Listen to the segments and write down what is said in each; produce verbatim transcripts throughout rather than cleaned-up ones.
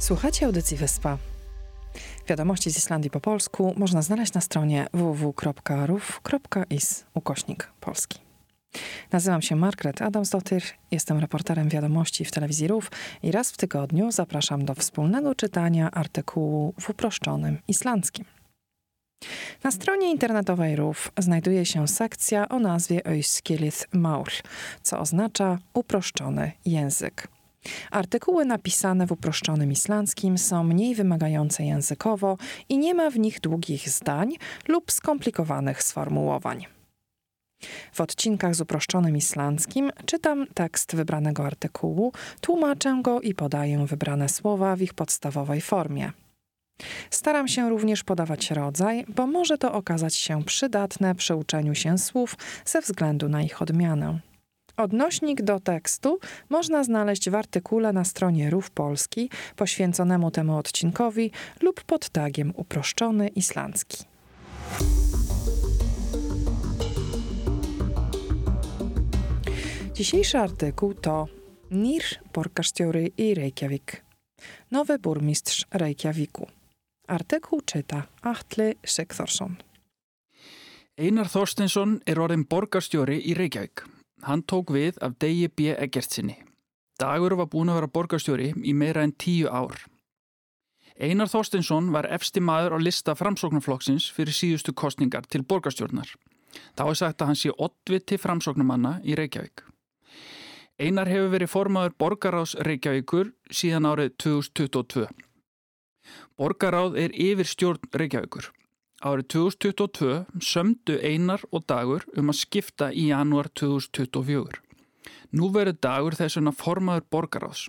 Słuchacie audycji Wyspa. Wiadomości z Islandii po polsku można znaleźć na stronie w w w kropka ruf kropka is ukośnik polski. Nazywam się Margaret Adamsdottir, jestem reporterem wiadomości w telewizji R U F i raz w tygodniu zapraszam do wspólnego czytania artykułu w uproszczonym islandzkim. Na stronie internetowej R U F znajduje się sekcja o nazwie Øyskilið mál, co oznacza uproszczony język. Artykuły napisane w uproszczonym islandzkim są mniej wymagające językowo i nie ma w nich długich zdań lub skomplikowanych sformułowań. W odcinkach z uproszczonym islandzkim czytam tekst wybranego artykułu, tłumaczę go i podaję wybrane słowa w ich podstawowej formie. Staram się również podawać rodzaj, bo może to okazać się przydatne przy uczeniu się słów ze względu na ich odmianę. Odnośnik do tekstu można znaleźć w artykule na stronie R U F Polski poświęconemu temu odcinkowi lub pod tagiem uproszczony islandzki. Dzisiejszy artykuł to Nýr borgarstjóri i Reykjavik. Nowy burmistrz Reykjaviku. Artykuł czyta Atli Sigþórsson. Einar Þorsteinsson er orðinn borgarstjóri í Reykjavík. Hann tók við af Degi B. Eggertsinni. Dagur var búinn að vera borgarstjóri í meira en tíu ár. Einar Þorsteinsson var efsti maður á lista Framsóknarflokksins fyrir síðustu kosningar til borgarstjórnar. Þá er sagt að hann sé oddviti Framsóknarmanna í Reykjavík. Einar hefur verið formaður borgarráðs Reykjavíkur síðan árið tvö þúsund tuttugu og tvö. Borgarráð er yfir stjórn Reykjavíkur. Árið tvö þúsund tuttugu og tvö sömdu Einar og Dagur um að skipta í janúar tvö þúsund tuttugu og fjögur. Nú verður Dagur þess vegna formaður borgarráðs.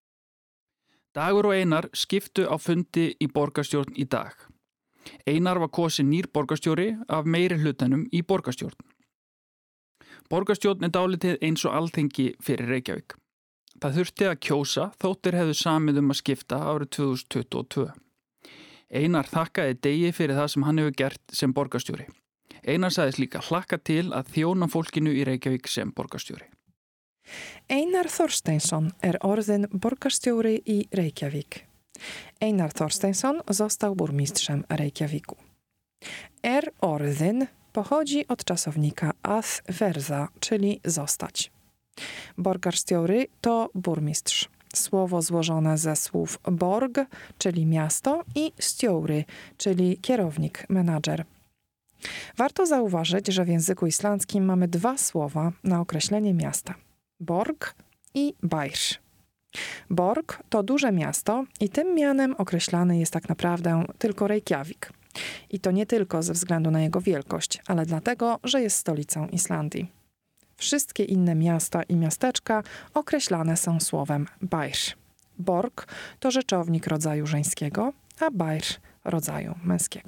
Dagur og Einar skiptu á fundi í borgarstjórn í dag. Einar var kosin nýr borgarstjóri af meiri hlutanum í borgarstjórn. Borgarstjórn er dálítið eins og alþingi fyrir Reykjavík. Það þurfti að kjósa þóttir hefðu samið um að skipta árið tvö þúsund tuttugu og tvö. Einar þakkaði Degi fyrir það sem hann hefur gert sem borgarstjóri. Einar sagðist líka hlakka til að þjóna fólkinu í Reykjavík sem borgarstjóri. Einar Þorsteinsson er orðinn borgarstjóri i Reykjavík. Einar Þorsteinsson został burmistrzem Reykjaviku. Er orðinn pochodzi od czasownika að verða, czyli zostać. Borgarstjóri to burmistrz. Słowo złożone ze słów borg, czyli miasto, i stjóri, czyli kierownik, menadżer. Warto zauważyć, że w języku islandzkim mamy dwa słowa na określenie miasta. Borg i bær. Borg to duże miasto i tym mianem określany jest tak naprawdę tylko Reykjavik. I to nie tylko ze względu na jego wielkość, ale dlatego, że jest stolicą Islandii. Wszystkie inne miasta i miasteczka określane są słowem bær. Borg to rzeczownik rodzaju żeńskiego, a bær rodzaju męskiego.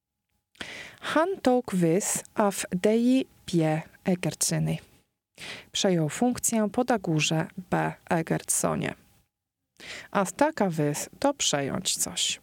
Hann tók við af Degi B. Eggertsinni. Przejął funkcję po Dagurze B. Eggertssonie. Að taka við to przejąć coś.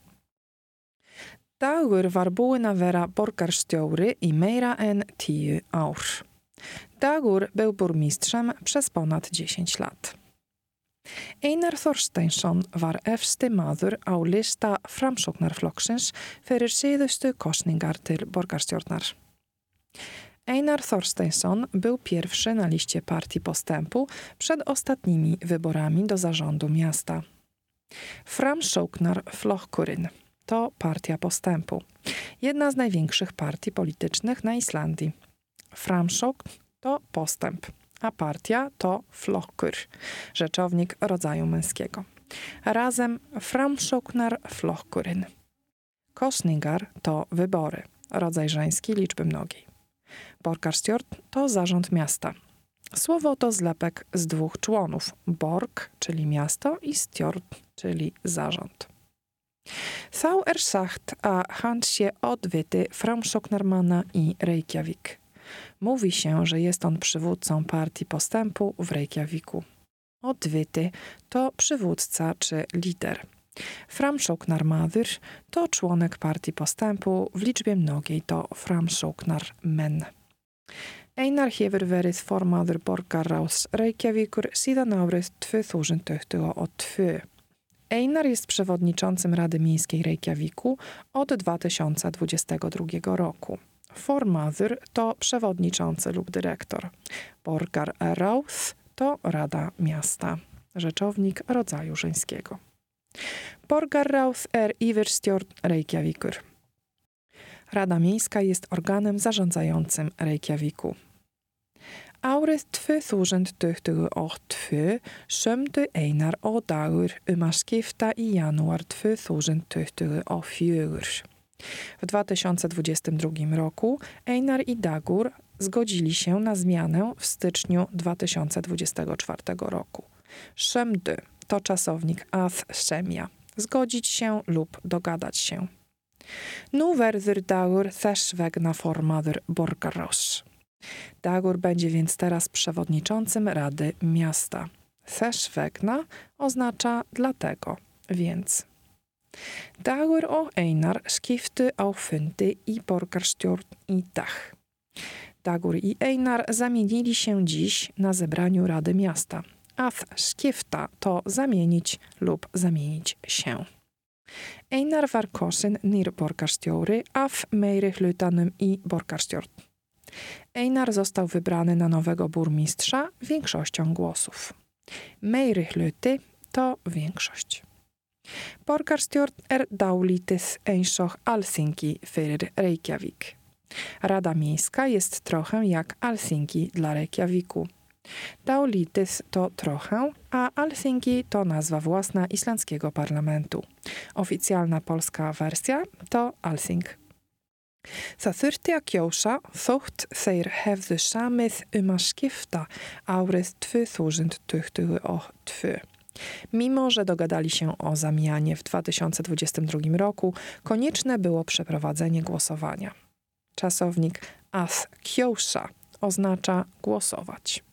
Dagur var búinn að vera borgarstjóri i meira en tíu ár. Dagur był burmistrzem przez ponad dziesięć lat. Einar Þorsteinsson var efsti maður á lista Framsóknarflokksins fyrir síðustu kosningar til borgarstjórnar. Einar Þorsteinsson był pierwszy na liście Partii Postępu przed ostatnimi wyborami do zarządu miasta. Framsóknarflokkurinn to Partia Postępu, jedna z największych partii politycznych na Islandii. Framsókn to postęp, a partia to flokkur, rzeczownik rodzaju męskiego. Razem Framsóknarflokkurinn. Kosningar to wybory, rodzaj żeński liczby mnogiej. Borgarstjórn to zarząd miasta. Słowo to zlepek z dwóch członów, borg, czyli miasto, i stjórn, czyli zarząd. Þá er sagt að hann sé oddviti Framsóknarmanna i Reykjavík. Mówi się, że jest on przywódcą Partii Postępu w Reykjaviku. Oddviti to przywódca czy lider. Framsóknarmaður to członek Partii Postępu, w liczbie mnogiej to Framsóknarmenn. Einar hefur verið formaður borgarráðs Reykjavíkur síðan árið tvö þúsund tuttugu og tvö. Einar jest przewodniczącym Rady Miejskiej Reykjaviku od dwa tysiące dwudziestego drugiego roku. Formaður to przewodniczący lub dyrektor. Borgarráð to Rada Miasta, rzeczownik rodzaju żeńskiego. Borgarráð er yfirstjórn Reykjavíkur. Rada Miejska jest organem zarządzającym Reykjaviku. Árið tvö þúsund tuttugu og tvö sömdu Einar og Dagur um að skipta i januar tvö þúsund tuttugu og fjögur. W dwa tysiące dwudziestym drugim roku Einar i Dagur zgodzili się na zmianę w styczniu dwa tysiące dwudziestego czwartego roku. Sömdu to czasownik að semja, zgodzić się lub dogadać się. Nú verður Dagur þess vegna formaður borgarráðs. Dagur będzie więc teraz przewodniczącym Rady Miasta. Þess vegna oznacza dlatego, więc. Dagur og Einar skiptu á fundi i borgarstjórn i dag. Dagur i Einar zamienili się dziś na zebraniu Rady Miasta. Að skipta to zamienić lub zamienić się. Einar var kosin nýr borgarstjóri af meirihlutanum i borgarstjórn. Einar został wybrany na nowego burmistrza większością głosów. Meirihluti to większość. Borgarstjórn er dálítið eins og Alþingi fyrir Reykjavík. Rada Miejska jest trochę jak Alþingi dla Reykjaviku. Dálítið to trochę, a Alþingi to nazwa własna islandzkiego parlamentu. Oficjalna polska wersja to Alþing. Það þurfti að kjósa þótt þeir hefðu samið um að skipta árið tvö þúsund tuttugu og tvö. Mimo że dogadali się o zamianie w dwa tysiące dwudziestym drugim roku, konieczne było przeprowadzenie głosowania. Czasownik að kjósa oznacza głosować.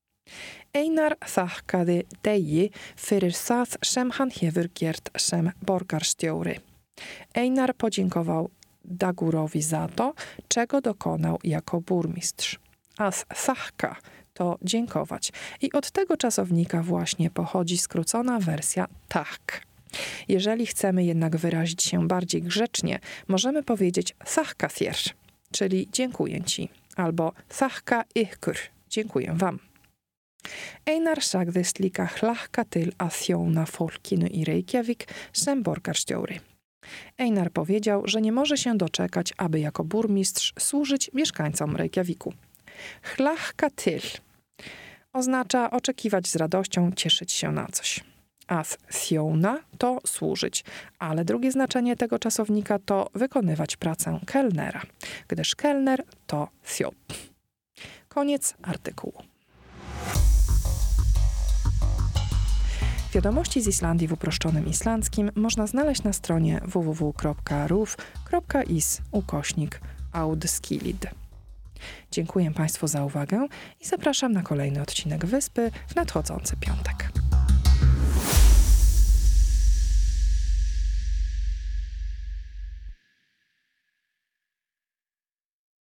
Einar þakkaði Degi fyrir það sem hann hefur gert sem borgarstjóri. Einar podziękował Dagurowi za to, czego dokonał jako burmistrz. Að þakka to dziękować. I od tego czasownika właśnie pochodzi skrócona wersja tak. Jeżeli chcemy jednak wyrazić się bardziej grzecznie, możemy powiedzieć þakka þér, czyli dziękuję ci, albo þakka ykkur, dziękuję wam. Einar sagðist líka hlakka til að þjóna fólkinu í Reykjavík sem borgarstjóri. Einar powiedział, że nie może się doczekać, aby jako burmistrz służyć mieszkańcom Reykjaviku. Hlakka til oznacza oczekiwać z radością, cieszyć się na coś. Að þjóna to służyć, ale drugie znaczenie tego czasownika to wykonywać pracę kelnera, gdyż kelner to þjónn. Koniec artykułu. Wiadomości z Islandii w uproszczonym islandzkim można znaleźć na stronie w w w kropka ruf kropka is ukośnik audskilid. Dziękuję Państwu za uwagę i zapraszam na kolejny odcinek Wyspy w nadchodzący piątek.